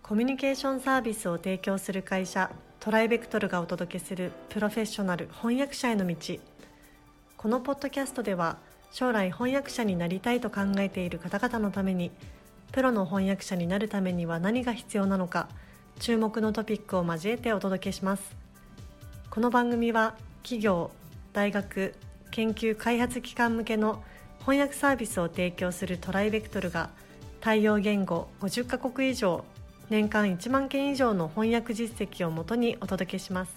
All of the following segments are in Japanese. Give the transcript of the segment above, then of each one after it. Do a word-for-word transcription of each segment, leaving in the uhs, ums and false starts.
コミュニケーションサービスを提供する会社トライベクトルがお届けするプロフェッショナル翻訳者への道。このポッドキャストでは将来翻訳者になりたいと考えている方々のために、プロの翻訳者になるためには何が必要なのか、注目のトピックを交えてお届けします。この番組は企業、大学、研究開発機関向けの翻訳サービスを提供するトライベクトルが対応言語ごじゅっカ国以上、年間いちまんけん以上の翻訳実績をもとにお届けします。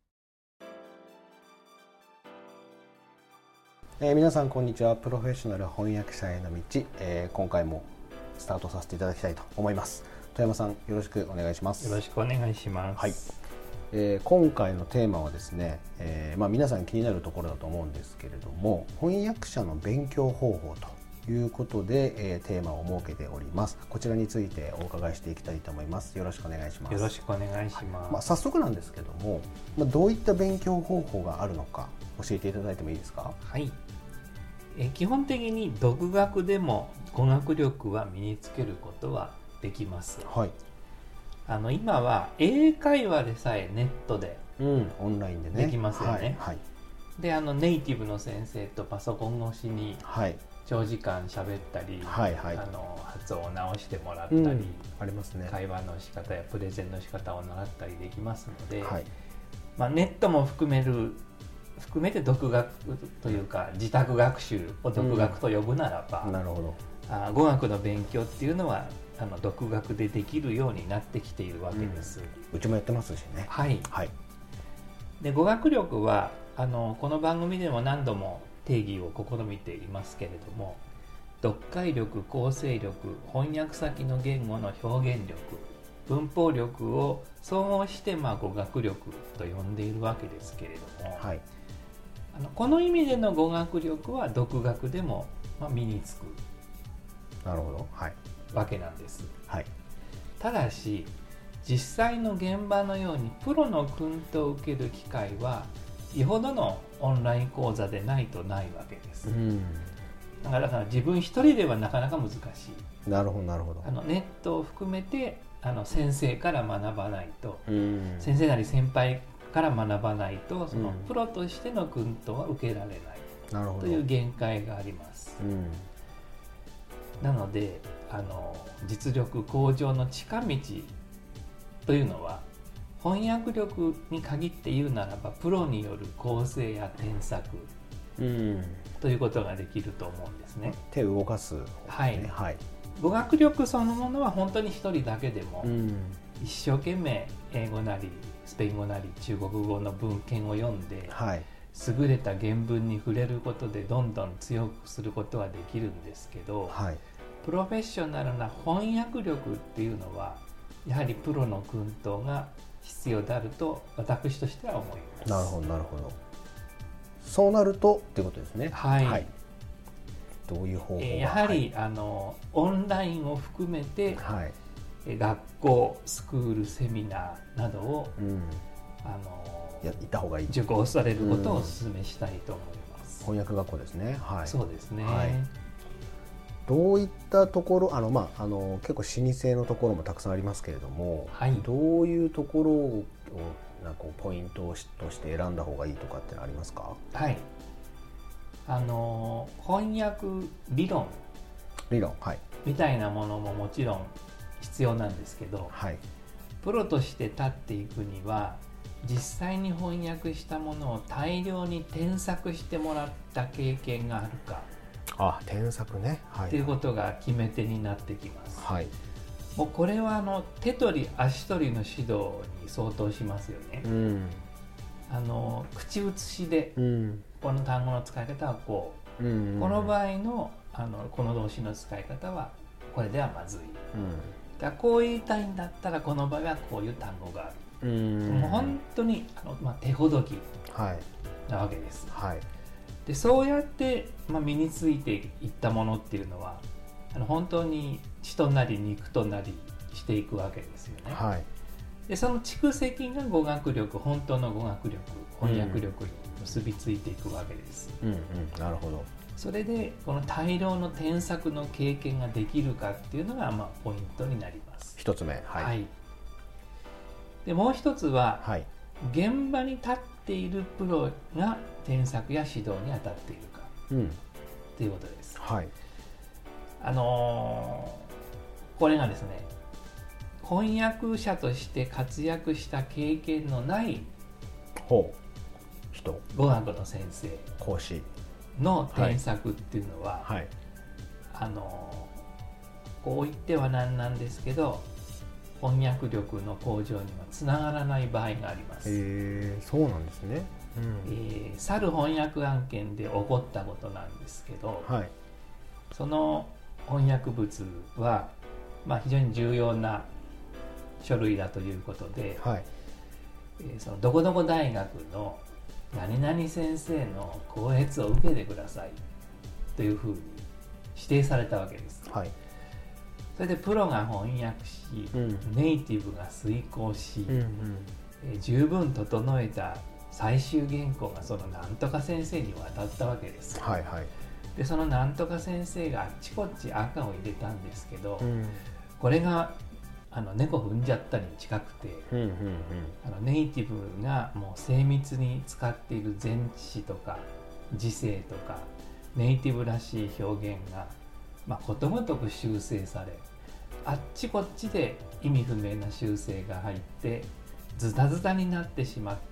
えー、皆さんこんにちは。プロフェッショナル翻訳者への道、えー、今回もスタートさせていただきたいと思います。富山さん、よろしくお願いします。 よろしくお願いします。 はい。えー、今回のテーマはですね、えーまあ、皆さん気になるところだと思うんですけれども、翻訳者の勉強方法ということで、えー、テーマを設けております。こちらについてお伺いしていきたいと思います。よろしくお願いします。 よろしくお願いします。はい、 まあ、早速なんですけども、まあ、どういった勉強方法があるのか教えていただいてもいいですか？ はい。え基本的に独学でも語学力は身につけることはできます。 はい。 あの今は英会話でさえネットで、 うん、オンラインでねできますよね。 はいはい、 であのネイティブの先生とパソコン越しに長時間喋ったり、 はいはい、 あの発音を直してもらったり、うん、 ありますね、 会話の仕方やプレゼンの仕方を習ったりできますので、 はい、 まあ、ネットも含める含めて独学というか自宅学習を独学と呼ぶならば、 うん、なるほど。 あ語学の勉強っていうのはあの独学でできるようになってきているわけです。 うん、うちもやってますしね。 はい、 はい、 で語学力はあのこの番組でも何度も定義を試みていますけれども、読解力、構成力、翻訳先の言語の表現力、文法力を総合して、まあ、語学力と呼んでいるわけですけれども、はい、あのこの意味での語学力は独学でも、まあ、身につくなるほど、はい、 わけなんです。 はい、 ただし実際の現場のようにプロの訓導を受ける機会はよほどのオンライン講座でないとないわけです。うん、だから、だから自分一人ではなかなか難しい。 なるほどなるほど。 あのネットを含めてあの先生から学ばないと、 うん、先生なり先輩から学ばないとそのプロとしての訓導は受けられないという限界があります。うん、なのであの実力向上の近道というのは翻訳力に限って言うならばプロによる構成や添削、うん、ということができると思うんですね。 手を動かす、ね、 はいはい、語学力そのものは本当に一人だけでも、うん、一生懸命英語なりスペイン語なり中国語の文献を読んで、はい、優れた原文に触れることでどんどん強くすることはできるんですけど、はい、プロフェッショナルな翻訳力っていうのはやはりプロの訓導が必要であると私としては思います。 なるほどなるほど。そうなるとっていうことですね。 はい、はい、 どういう方法が、えー、 やはり、はい、あのオンラインを含めて、はい、学校スクールセミナーなどを、うん、あのやった方がいい、 受講されることをお勧めしたいと思います。 うん、翻訳学校ですね。はい、 そうですね。 はい、どういったところ、あの、まあ、あの結構老舗のところもたくさんありますけれども、はい、どういうところをなんかこうポイントとして選んだ方がいいとかってありますか？ はい、あの翻訳理論理論、はい、 みたいなものももちろん必要なんですけど、はい、プロとして立っていくには実際に翻訳したものを大量に添削してもらった経験があるか、 あ、添削ね、はい、 っていうことが決め手になってきます。はい、もうこれはあの手取り足取りの指導に相当しますよね。うん、あの口移しで、うん、この単語の使い方はこう、うんうん、この場合 の, あのこの動詞の使い方はこれではまずい、うん、だこう言いたいんだったらこの場合はこういう単語がある、うん、もう本当にあの、まあ、手ほどきなわけです。はい、でそうやって、まあ、身についていったものっていうのはあの本当に血となり肉となりしていくわけですよね。はい、でその蓄積が語学力、本当の語学力、翻訳力に結びついていくわけです。 うんうん、なるほど。 それでこの大量の添削の経験ができるかっていうのが、まあ、ポイントになります。 一つ目、はい、はい、 でもう一つは、 はい、 現場に立っているプロが添削や指導に当たっているか、うん、ということです。 はい、 あのー、これがですね、翻訳者として活躍した経験のないほう人、 語学の先生講師の添削っていうのは、 はいはい、 あのこう言ってはなんなんですけど、翻訳力の向上にはつながらない場合があります。 へー、そうなんですね。うん、 えー、去る翻訳案件で起こったことなんですけど、 はい、 その翻訳物は、まあ、非常に重要な書類だということで、 はい、 えー、そのどこどこ大学の何々先生の講閲を受けてくださいというふうに指定されたわけです。 はい、 それでプロが翻訳し、うん、ネイティブが遂行し、うんうん、えー、十分整えた最終原稿がそのなんとか先生に渡ったわけです。 はいはい、でそのなんとか先生があっちこっち赤を入れたんですけど、うん、これがあの猫踏んじゃったに近くて、うんうんうん、あのネイティブがもう精密に使っている前置詞とか時制とかネイティブらしい表現が、まあ、ことごとく修正され、あっちこっちで意味不明な修正が入ってズタズタになってしまって、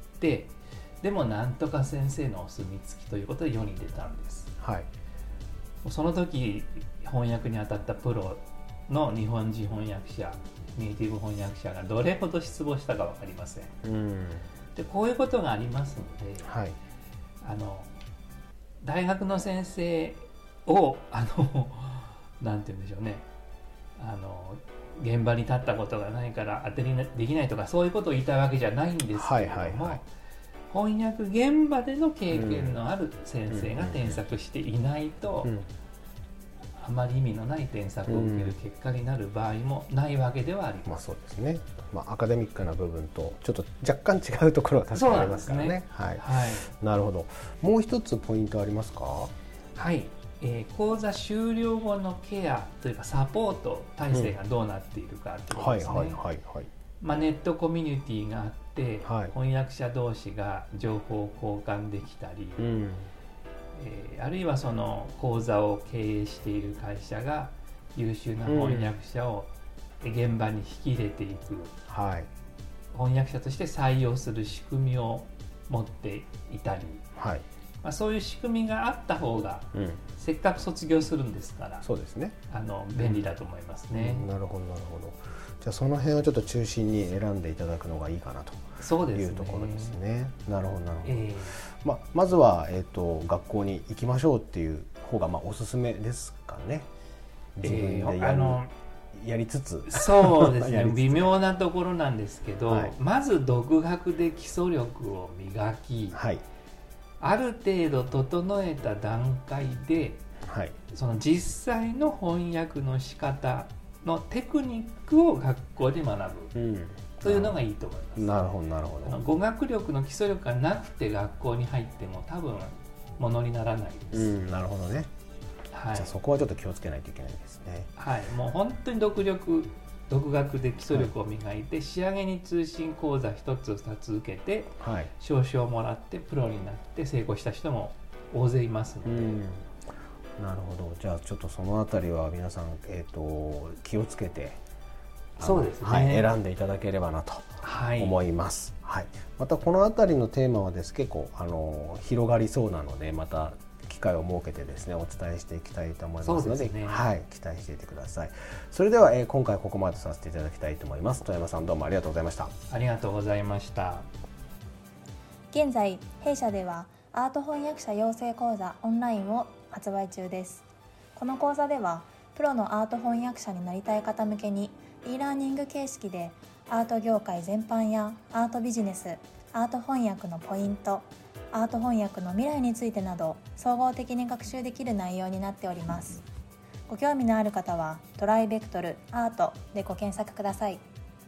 でもなんとか先生のお墨付きということで世に出たんです。 はい、 その時翻訳に当たったプロの日本人翻訳者、ネイティブ翻訳者がどれほど失望したか分かりません。うん、でこういうことがありますので、はい、あの大学の先生をあのなんて言うんでしょうね、あの現場に立ったことがないから当てにできないとかそういうことを言いたいわけじゃないんですけれども、はいはいはい、翻訳現場での経験のある先生が添削していないと、うんうんうん、あまり意味のない添削を受ける結果になる場合もないわけではあります。 まあ、そうですね、まあ、アカデミックな部分とちょっと若干違うところは確かにありますからね。 そうなんですね。はいはい、 なるほど。もう一つポイントありますか？ はい、えー、講座終了後のケアというかサポート体制がどうなっているかということですね。はいはいはいはい。まあ、ネットコミュニティがあって、はい、翻訳者同士が情報交換できたり、うん、えー、あるいはその講座を経営している会社が優秀な翻訳者を現場に引き入れていく、うん、はい、翻訳者として採用する仕組みを持っていたり、はい、まあ、そういう仕組みがあった方が、うん、せっかく卒業するんですから、 そうですね、 あの便利だと思いますね。 うん、なるほどなるほど。じゃあその辺をちょっと中心に選んでいただくのがいいかなというところですね。なるほどなるほど。えーま、まずは、えーと、学校に行きましょうっていう方がまあおすすめですかね。自分でやる、えー、あのやりつつそうですね微妙なところなんですけど、はい、まず独学で基礎力を磨き、はい、ある程度整えた段階で、はい、その実際の翻訳の仕方のテクニックを学校で学ぶ、うん、というのがいいと思います。 なるほどなるほど。 語学力の基礎力がなくて学校に入っても多分ものにならないです。 うん、なるほどね。はい、じゃあそこはちょっと気をつけないといけないですね。 はい、もう本当に独力独学で基礎力を磨いて、はい、仕上げに通信講座ひとつふたつ受けて、はい、証書をもらってプロになって成功した人も大勢いますので、うん、 なるほど。じゃあちょっとそのあたりは皆さん、えーと、気をつけてそうですね、 はい、選んでいただければなと思います。はいはい、またこのあたりのテーマはです結構あの広がりそうなので、また機会を設けてですねお伝えしていきたいと思いますの で, で、ね、はい、期待していてください。それでは、えー、今回ここまでさせていただきたいと思います。富山さんどうもありがとうございました。 ありがとうございました。 現在弊社ではアート翻訳者養成講座オンラインを発売中です。この講座ではプロのアート翻訳者になりたい方向けに e ラーニング形式でアート業界全般やアートビジネス、アート翻訳のポイント、アート翻訳の未来についてなど総合的に学習できる内容になっております。ご興味のある方はトライベクトルアートでご検索ください。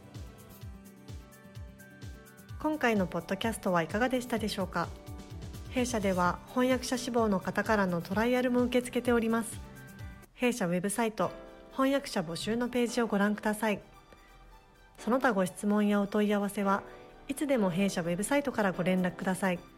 今回のポッドキャストはいかがでしたでしょうか。弊社では翻訳者志望の方からのトライアルも受け付けております。弊社ウェブサイト翻訳者募集のページをご覧ください。 その他ご質問やお問い合わせはいつでも弊社ウェブサイトからご連絡ください。